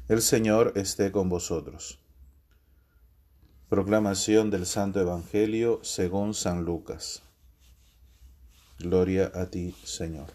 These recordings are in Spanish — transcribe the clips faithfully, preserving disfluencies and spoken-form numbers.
El Señor esté con vosotros. Proclamación del Santo Evangelio según San Lucas. Gloria a ti, Señor.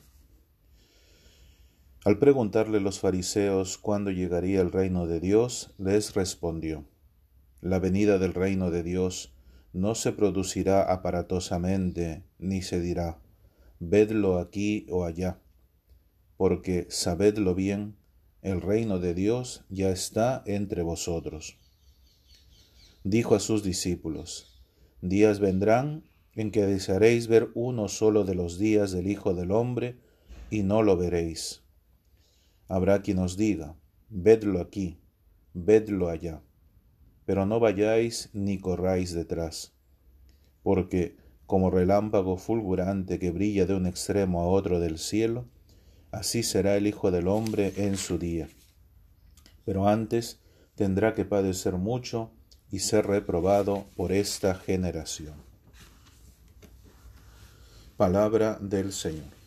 Al preguntarle los fariseos cuándo llegaría el reino de Dios, les respondió: La venida del reino de Dios no se producirá aparatosamente, ni se dirá: vedlo aquí o allá, porque sabedlo bien, el reino de Dios ya está entre vosotros. Dijo a sus discípulos: Días vendrán en que desearéis ver uno solo de los días del Hijo del Hombre, y no lo veréis. Habrá quien os diga: vedlo aquí, vedlo allá, pero no vayáis ni corráis detrás, porque como relámpago fulgurante que brilla de un extremo a otro del cielo, así será el Hijo del Hombre en su día. Pero antes tendrá que padecer mucho y ser reprobado por esta generación. Palabra del Señor.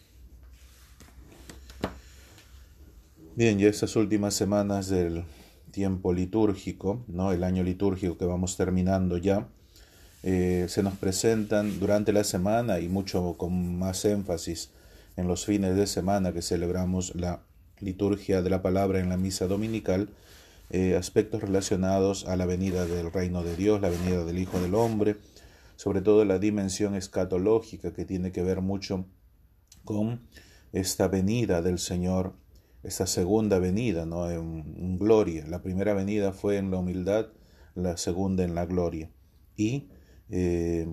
Bien, ya estas últimas semanas del tiempo litúrgico, ¿no? El año litúrgico que vamos terminando ya, eh, se nos presentan durante la semana y mucho con más énfasis en los fines de semana que celebramos la liturgia de la palabra en la misa dominical, eh, aspectos relacionados a la venida del reino de Dios, la venida del Hijo del Hombre, sobre todo la dimensión escatológica que tiene que ver mucho con esta venida del Señor, esta segunda venida, ¿no? en, en gloria. La primera venida fue en la humildad, la segunda en la gloria. Y eh,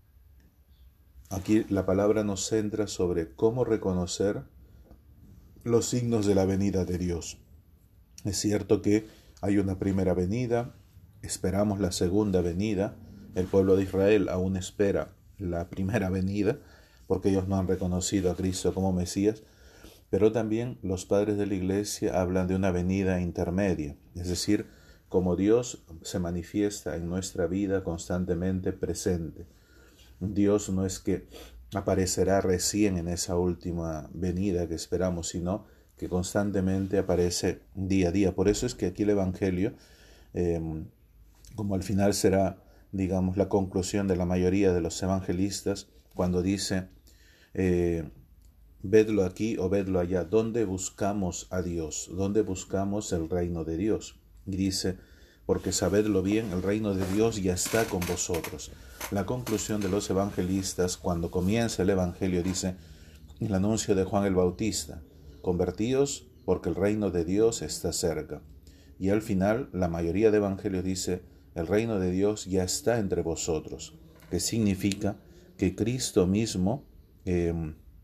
aquí la palabra nos centra sobre cómo reconocer los signos de la venida de Dios. Es cierto que hay una primera venida, esperamos la segunda venida. El pueblo de Israel aún espera la primera venida porque ellos no han reconocido a Cristo como Mesías, pero también los padres de la Iglesia hablan de una venida intermedia, es decir, como Dios se manifiesta en nuestra vida constantemente presente. Dios no es que aparecerá recién en esa última venida que esperamos, sino que constantemente aparece día a día. Por eso es que aquí el Evangelio, eh, como al final será, digamos, la conclusión de la mayoría de los evangelistas, cuando dice, eh, vedlo aquí o vedlo allá, ¿dónde buscamos a Dios? ¿Dónde buscamos el reino de Dios? Y dice, porque sabedlo bien, el reino de Dios ya está con vosotros. La conclusión de los evangelistas, cuando comienza el Evangelio, dice, el anuncio de Juan el Bautista: convertíos porque el reino de Dios está cerca. Y al final, la mayoría de evangelios dice, el reino de Dios ya está entre vosotros, que significa que Cristo mismo eh,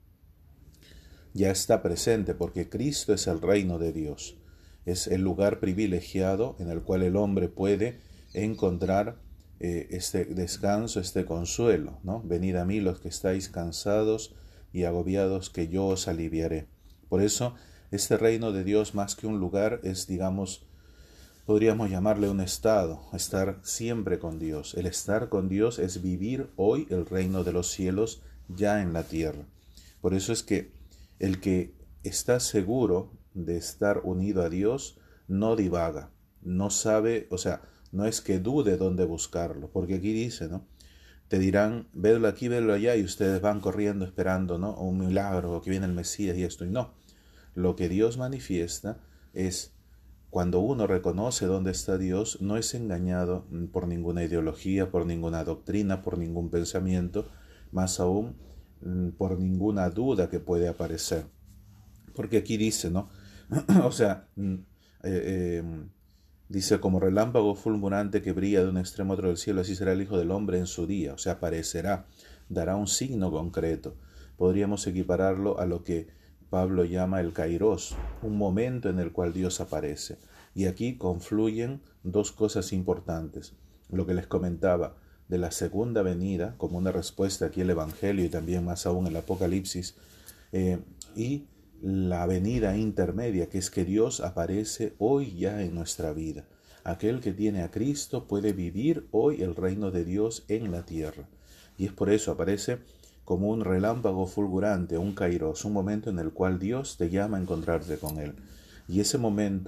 ya está presente, porque Cristo es el reino de Dios. Es el lugar privilegiado en el cual el hombre puede encontrar eh, este descanso, este consuelo, ¿no? Venid a mí los que estáis cansados y agobiados, que yo os aliviaré. Por eso, este reino de Dios, más que un lugar, es, digamos, podríamos llamarle un estado, estar siempre con Dios. El estar con Dios es vivir hoy el reino de los cielos ya en la tierra. Por eso es que el que está seguro de estar unido a Dios no divaga, no sabe, o sea, no es que dude dónde buscarlo, porque aquí dice, ¿no? Te dirán, vedlo aquí, vedlo allá, y ustedes van corriendo esperando, ¿no? Un milagro, o que viene el Mesías y esto, y no. Lo que Dios manifiesta es, cuando uno reconoce dónde está Dios, no es engañado por ninguna ideología, por ninguna doctrina, por ningún pensamiento, más aún por ninguna duda que puede aparecer. Porque aquí dice, ¿no? o sea, eh, eh, dice, como relámpago fulgurante que brilla de un extremo a otro del cielo, así será el Hijo del Hombre en su día. O sea, aparecerá, dará un signo concreto. Podríamos equipararlo a lo que Pablo llama el kairos, un momento en el cual Dios aparece. Y aquí confluyen dos cosas importantes. Lo que les comentaba de la segunda venida, como una respuesta aquí el Evangelio y también más aún el Apocalipsis, eh, y la venida intermedia, que es que Dios aparece hoy ya en nuestra vida. Aquel que tiene a Cristo puede vivir hoy el reino de Dios en la tierra. Y es por eso aparece como un relámpago fulgurante, un kairos, un momento en el cual Dios te llama a encontrarte con Él. Y ese momento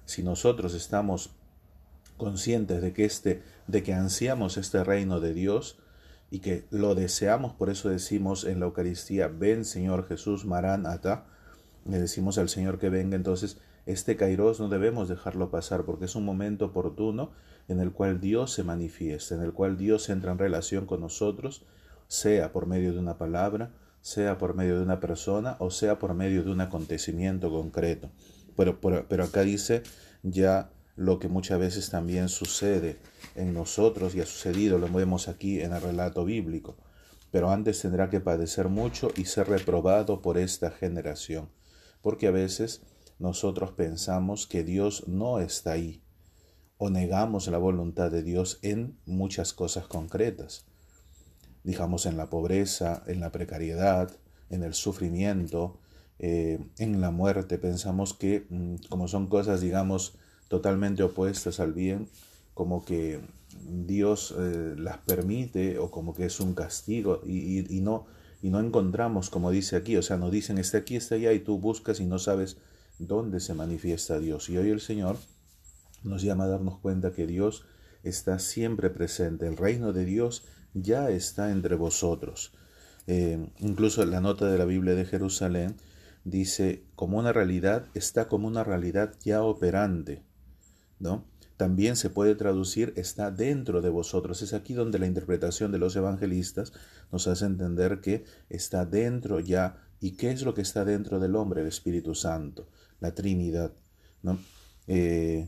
Si nosotros estamos conscientes de que, este, de que ansiamos este reino de Dios y que lo deseamos, por eso decimos en la Eucaristía, ven Señor Jesús, Marán Ata, le decimos al Señor que venga. Entonces este Kairos no debemos dejarlo pasar, porque es un momento oportuno en el cual Dios se manifiesta, en el cual Dios entra en relación con nosotros, sea por medio de una palabra, sea por medio de una persona o sea por medio de un acontecimiento concreto. Pero, pero, pero acá dice ya lo que muchas veces también sucede en nosotros y ha sucedido, lo vemos aquí en el relato bíblico. Pero antes tendrá que padecer mucho y ser reprobado por esta generación, porque a veces nosotros pensamos que Dios no está ahí, o negamos la voluntad de Dios en muchas cosas concretas. Digamos, en la pobreza, en la precariedad, en el sufrimiento, eh, en la muerte. Pensamos que como son cosas, digamos, totalmente opuestas al bien, como que Dios eh, las permite o como que es un castigo y, y, y, no, y no encontramos, como dice aquí, o sea, nos dicen está aquí, está allá y tú buscas y no sabes dónde se manifiesta Dios. Y hoy el Señor nos llama a darnos cuenta que Dios está siempre presente, el reino de Dios ya está entre vosotros. Eh, incluso la nota de la Biblia de Jerusalén dice, como una realidad, está como una realidad ya operante, ¿no? También se puede traducir, está dentro de vosotros. Es aquí donde la interpretación de los evangelistas nos hace entender que está dentro ya. ¿Y qué es lo que está dentro del hombre? El Espíritu Santo, la Trinidad, ¿no? Eh,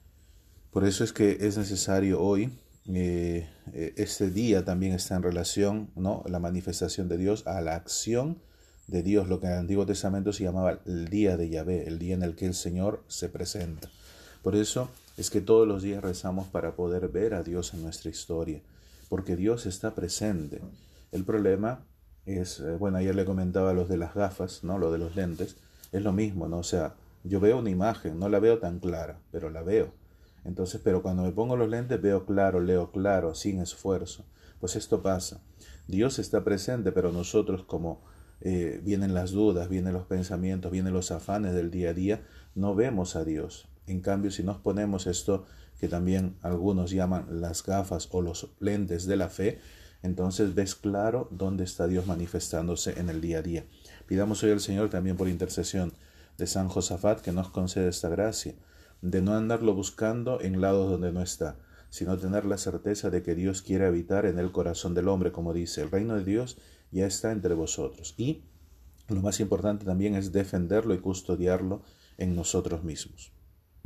por eso es que es necesario hoy, eh, este día también está en relación, ¿no?, la manifestación de Dios a la acción de Dios, lo que en el Antiguo Testamento se llamaba el día de Yahvé, el día en el que el Señor se presenta. Por eso es que todos los días rezamos para poder ver a Dios en nuestra historia, porque Dios está presente. El problema es, bueno, ayer le comentaba a los de las gafas, ¿no?, lo de los lentes, es lo mismo, ¿no? O sea, yo veo una imagen, no la veo tan clara, pero la veo. Entonces, pero cuando me pongo los lentes veo claro, leo claro, sin esfuerzo. Pues esto pasa. Dios está presente, pero nosotros como eh, vienen las dudas, vienen los pensamientos, vienen los afanes del día a día, no vemos a Dios. En cambio, si nos ponemos esto que también algunos llaman las gafas o los lentes de la fe, entonces ves claro dónde está Dios manifestándose en el día a día. Pidamos hoy al Señor también por intercesión de San Josafat que nos conceda esta gracia, de no andarlo buscando en lados donde no está, sino tener la certeza de que Dios quiere habitar en el corazón del hombre, como dice, el reino de Dios ya está entre vosotros. Y lo más importante también es defenderlo y custodiarlo en nosotros mismos.